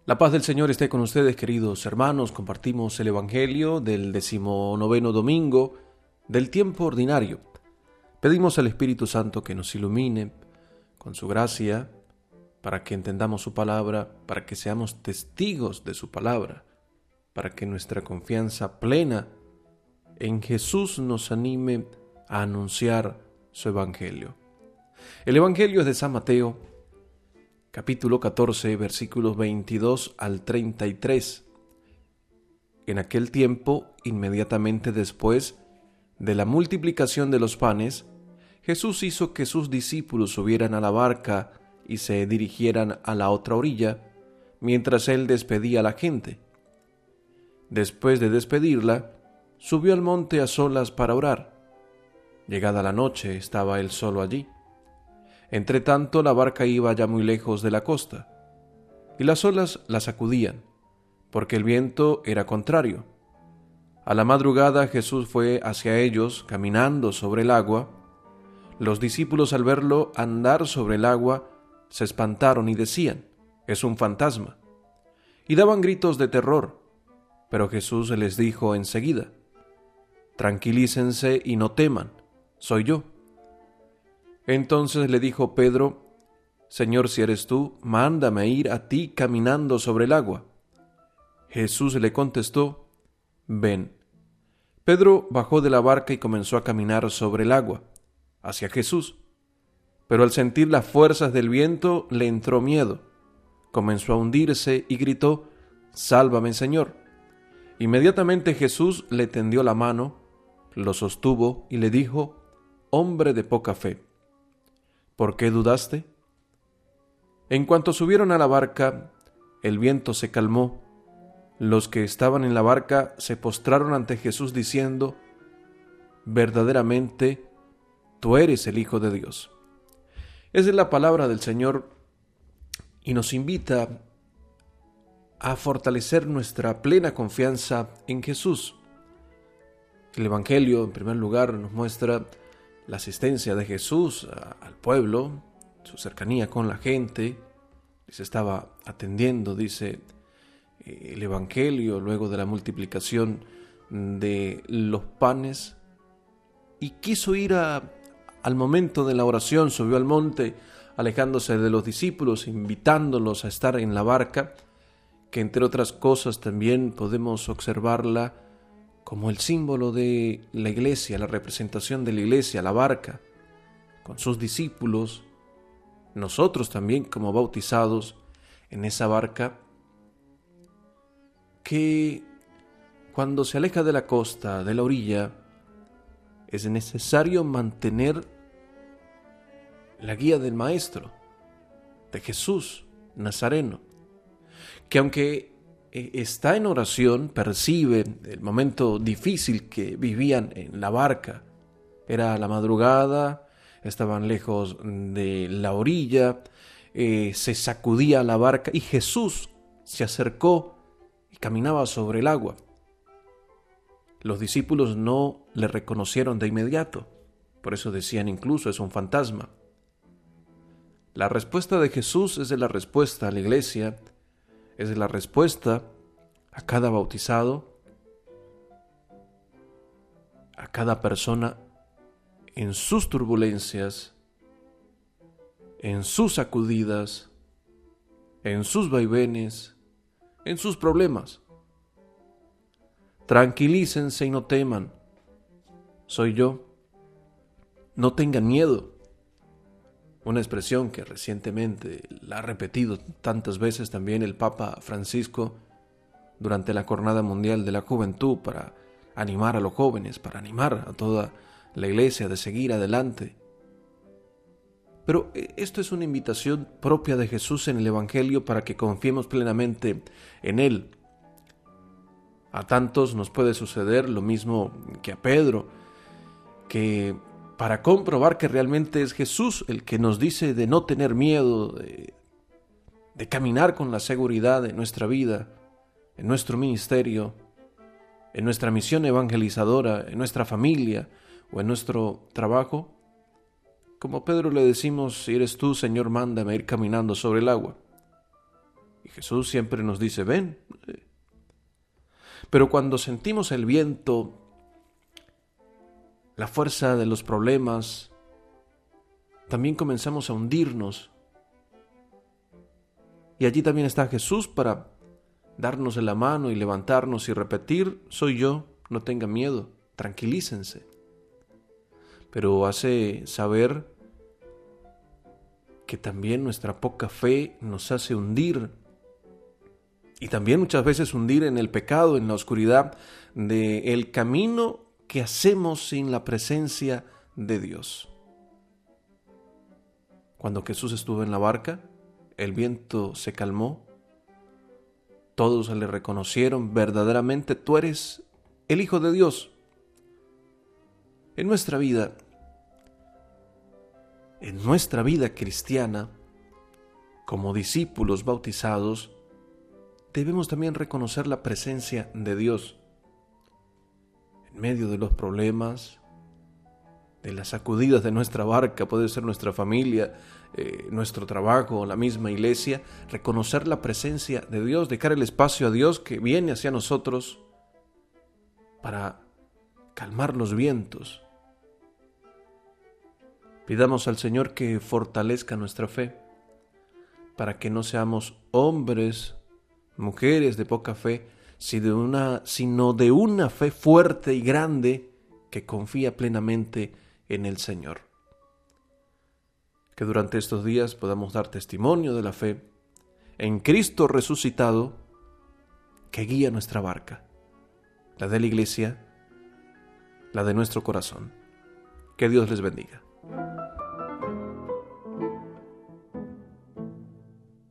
La paz del Señor esté con ustedes, queridos hermanos. Compartimos el Evangelio del 19º domingo del tiempo ordinario. Pedimos al Espíritu Santo que nos ilumine con su gracia para que entendamos su palabra, para que seamos testigos de su palabra, para que nuestra confianza plena en Jesús nos anime a anunciar su Evangelio. El Evangelio es de San Mateo, capítulo 14, versículos 22 al 33. En aquel tiempo, inmediatamente después de la multiplicación de los panes, Jesús hizo que sus discípulos subieran a la barca y se dirigieran a la otra orilla, mientras él despedía a la gente. Después de despedirla, subió al monte a solas para orar. Llegada la noche, estaba él solo allí. Entretanto, la barca iba ya muy lejos de la costa, y las olas la sacudían, porque el viento era contrario. A la madrugada Jesús fue hacia ellos, caminando sobre el agua. Los discípulos, al verlo andar sobre el agua, se espantaron y decían: «Es un fantasma», y daban gritos de terror. Pero Jesús les dijo enseguida: «Tranquilícense y no teman, soy yo». Entonces le dijo Pedro: «Señor, si eres tú, mándame ir a ti caminando sobre el agua». Jesús le contestó: «Ven». Pedro bajó de la barca y comenzó a caminar sobre el agua, hacia Jesús. Pero al sentir las fuerzas del viento le entró miedo. Comenzó a hundirse y gritó: «Sálvame, Señor». Inmediatamente Jesús le tendió la mano, lo sostuvo y le dijo: «Hombre de poca fe, ¿por qué dudaste?». En cuanto subieron a la barca, el viento se calmó. Los que estaban en la barca se postraron ante Jesús diciendo: «Verdaderamente, tú eres el Hijo de Dios». Esa es la palabra del Señor y nos invita a fortalecer nuestra plena confianza en Jesús. El Evangelio, en primer lugar, nos muestra la asistencia de Jesús al pueblo, su cercanía con la gente. Se estaba atendiendo, dice el Evangelio, luego de la multiplicación de los panes, y quiso ir al momento de la oración. Subió al monte, alejándose de los discípulos, invitándolos a estar en la barca, que entre otras cosas también podemos observarla como el símbolo de la iglesia, la representación de la iglesia, la barca, con sus discípulos, nosotros también como bautizados en esa barca, que cuando se aleja de la costa, de la orilla, es necesario mantener la guía del Maestro, de Jesús Nazareno, que aunque está en oración, percibe el momento difícil que vivían en la barca. Era la madrugada, estaban lejos de la orilla, se sacudía la barca y Jesús se acercó y caminaba sobre el agua. Los discípulos no le reconocieron de inmediato, por eso decían incluso: «Es un fantasma». La respuesta de Jesús es de la respuesta a la iglesia, es de la respuesta a cada bautizado, a cada persona en sus turbulencias, en sus sacudidas, en sus vaivenes, en sus problemas. Tranquilícense y no teman, soy yo. No tengan miedo. Una expresión que recientemente la ha repetido tantas veces también el Papa Francisco durante la Jornada Mundial de la Juventud, para animar a los jóvenes, para animar a toda la iglesia de seguir adelante. Pero esto es una invitación propia de Jesús en el Evangelio para que confiemos plenamente en Él. A tantos nos puede suceder lo mismo que a Pedro, que para comprobar que realmente es Jesús el que nos dice de no tener miedo, de caminar con la seguridad de nuestra vida, en nuestro ministerio, en nuestra misión evangelizadora, en nuestra familia o en nuestro trabajo, como Pedro le decimos: «Si eres tú, Señor, mándame ir caminando sobre el agua». Y Jesús siempre nos dice, ven. Pero cuando sentimos el viento, la fuerza de los problemas, también comenzamos a hundirnos. Y allí también está Jesús para darnos de la mano y levantarnos y repetir, soy yo, no tengan miedo, tranquilícense. Pero hace saber que también nuestra poca fe nos hace hundir. Y también muchas veces hundir en el pecado, en la oscuridad del camino que hacemos sin la presencia de Dios. Cuando Jesús estuvo en la barca, el viento se calmó. Todos le reconocieron, verdaderamente tú eres el Hijo de Dios. En nuestra vida cristiana, como discípulos bautizados, debemos también reconocer la presencia de Dios en medio de los problemas, de las sacudidas de nuestra barca, puede ser nuestra familia, nuestro trabajo, la misma iglesia, reconocer la presencia de Dios, dejar el espacio a Dios que viene hacia nosotros para calmar los vientos. Pidamos al Señor que fortalezca nuestra fe, para que no seamos hombres, mujeres de poca fe, sino de una fe fuerte y grande que confía plenamente en el Señor. Que durante estos días podamos dar testimonio de la fe en Cristo resucitado que guía nuestra barca, la de la iglesia, la de nuestro corazón. Que Dios les bendiga.